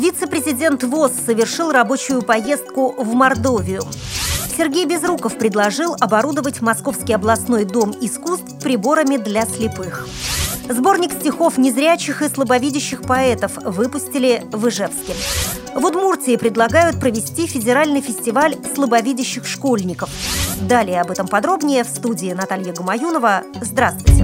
Вице-президент ВОС совершил рабочую поездку в Мордовию. Сергей Безруков предложил оборудовать Московский областной дом искусств приборами для слепых. Сборник стихов незрячих и слабовидящих поэтов выпустили в Ижевске. В Удмуртии предлагают провести федеральный фестиваль слабовидящих школьников. Далее об этом подробнее в студии Наталья Гамаюнова. Здравствуйте!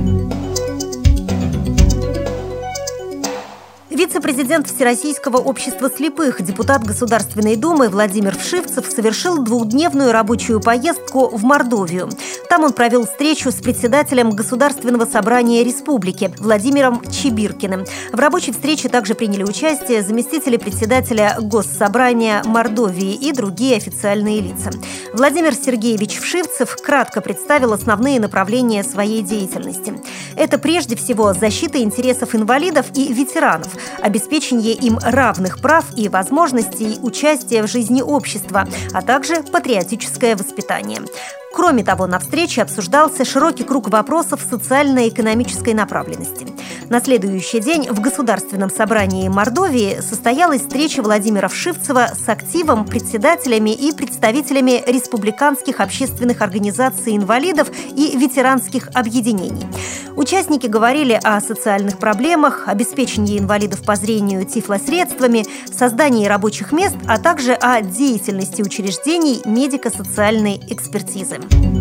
Вице-президент Всероссийского общества слепых, депутат Государственной Думы Владимир Вшивцев совершил двухдневную рабочую поездку в Мордовию. Там он провел встречу с председателем Государственного собрания республики Владимиром Чибиркиным. В рабочей встрече также приняли участие заместители председателя Госсобрания Мордовии и другие официальные лица. Владимир Сергеевич Вшивцев кратко представил основные направления своей деятельности. Это прежде всего защита интересов инвалидов и ветеранов, обеспечение им равных прав и возможностей участия в жизни общества, а также патриотическое воспитание. Кроме того, на встрече обсуждался широкий круг вопросов социально-экономической направленности. На следующий день в Государственном собрании Мордовии состоялась встреча Владимира Вшивцева с активом, председателями и представителями республиканских общественных организаций инвалидов и ветеранских объединений. Участники говорили о социальных проблемах, обеспечении инвалидов по зрению тифлосредствами, создании рабочих мест, а также о деятельности учреждений медико-социальной экспертизы.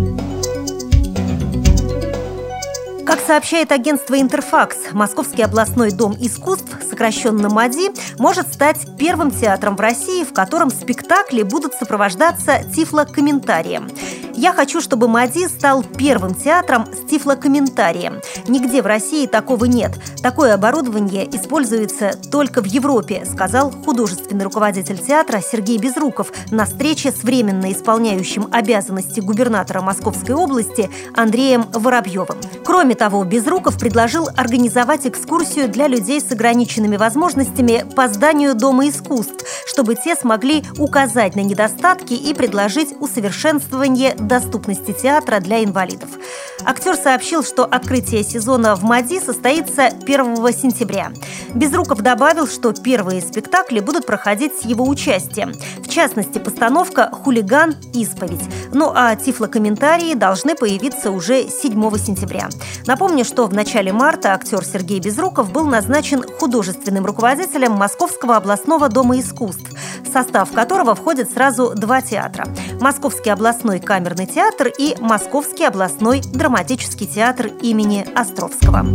Как сообщает агентство «Интерфакс», Московский областной дом искусств, сокращенно МАДИ, может стать первым театром в России, в котором спектакли будут сопровождаться тифлокомментарием. «Я хочу, чтобы МАДИ стал первым театром с тифлокомментарием. Нигде в России такого нет. Такое оборудование используется только в Европе», сказал художественный руководитель театра Сергей Безруков на встрече с временно исполняющим обязанности губернатора Московской области Андреем Воробьевым. Кроме того, Безруков предложил организовать экскурсию для людей с ограниченными возможностями по зданию Дома искусств, чтобы те смогли указать на недостатки и предложить усовершенствование доступности театра для инвалидов. Актер сообщил, что открытие сезона в МАДИ состоится 1 сентября. Безруков добавил, что первые спектакли будут проходить с его участием. В частности, постановка «Хулиган. Исповедь». Ну а тифлокомментарии должны появиться уже 7 сентября. Напомню, что в начале марта актер Сергей Безруков был назначен художественным руководителем Московского областного дома искусств, в состав которого входят сразу два театра – Московский областной камерный театр и Московский областной драматический театр имени Островского.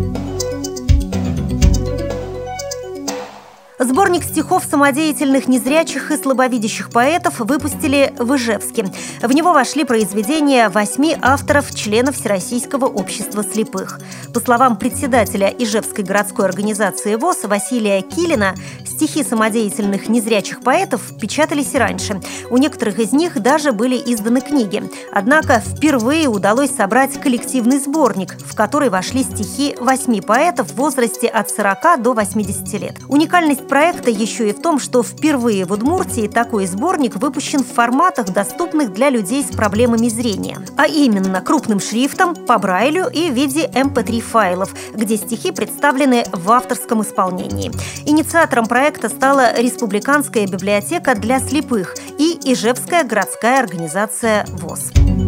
Сборник стихов самодеятельных незрячих и слабовидящих поэтов выпустили в Ижевске. В него вошли произведения 8 авторов, членов Всероссийского общества слепых. По словам председателя Ижевской городской организации ВОС Василия Килина, стихи самодеятельных незрячих поэтов печатались и раньше. У некоторых из них даже были изданы книги. Однако впервые удалось собрать коллективный сборник, в который вошли стихи 8 поэтов в возрасте от 40 до 80 лет. Уникальность проекта еще и в том, что впервые в Удмуртии такой сборник выпущен в форматах, доступных для людей с проблемами зрения. А именно крупным шрифтом, по Брайлю и в виде MP3-файлов, где стихи представлены в авторском исполнении. Инициатором проекта стала Республиканская библиотека для слепых и Ижевская городская организация ВОС.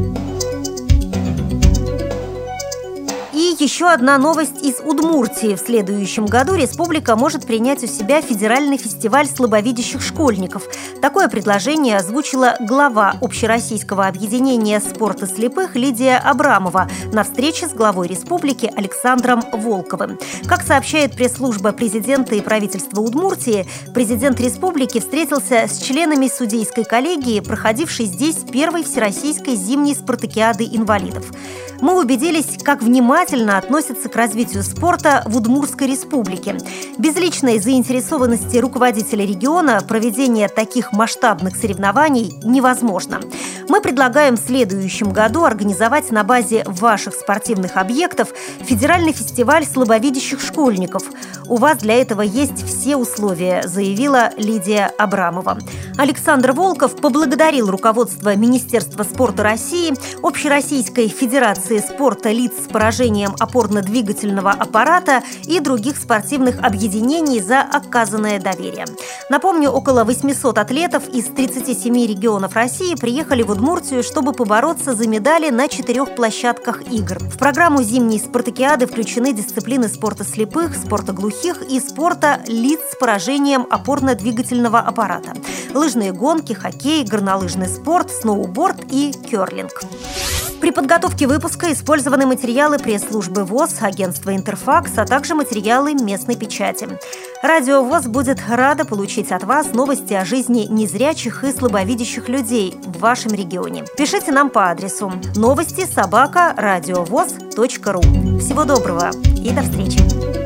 И еще одна новость из Удмуртии. В следующем году республика может принять у себя федеральный фестиваль слабовидящих школьников. Такое предложение озвучила глава Общероссийского объединения спорта слепых Лидия Абрамова на встрече с главой республики Александром Волковым. Как сообщает пресс-служба президента и правительства Удмуртии, президент республики встретился с членами судейской коллегии, проходившей здесь первой всероссийской зимней спартакиады инвалидов. Мы убедились, как внимательно относятся к развитию спорта в Удмуртской республике. Без личной заинтересованности руководителя региона проведение таких масштабных соревнований невозможно. Мы предлагаем в следующем году организовать на базе ваших спортивных объектов федеральный фестиваль слабовидящих школьников. У вас для этого есть все условия, заявила Лидия Абрамова. Александр Волков поблагодарил руководство Министерства спорта России, Общероссийской Федерации спорта лиц с поражением опорно-двигательного аппарата и других спортивных объединений за оказанное доверие. Напомню, около 800 атлетов из 37 регионов России приехали в Удмуртию, чтобы побороться за медали на 4 площадках игр. В программу зимней спартакиады включены дисциплины спорта слепых, спорта глухих и спорта лиц с поражением опорно-двигательного аппарата. Лыжные гонки, хоккей, горнолыжный спорт, сноуборд и керлинг. При подготовке выпуска использованы материалы пресс-службы ВОС, агентства «Интерфакс», а также материалы местной печати. Радио ВОС будет рада получить от вас новости о жизни незрячих и слабовидящих людей в вашем регионе. Пишите нам по адресу новости@радиовос.ру. Всего доброго и до встречи!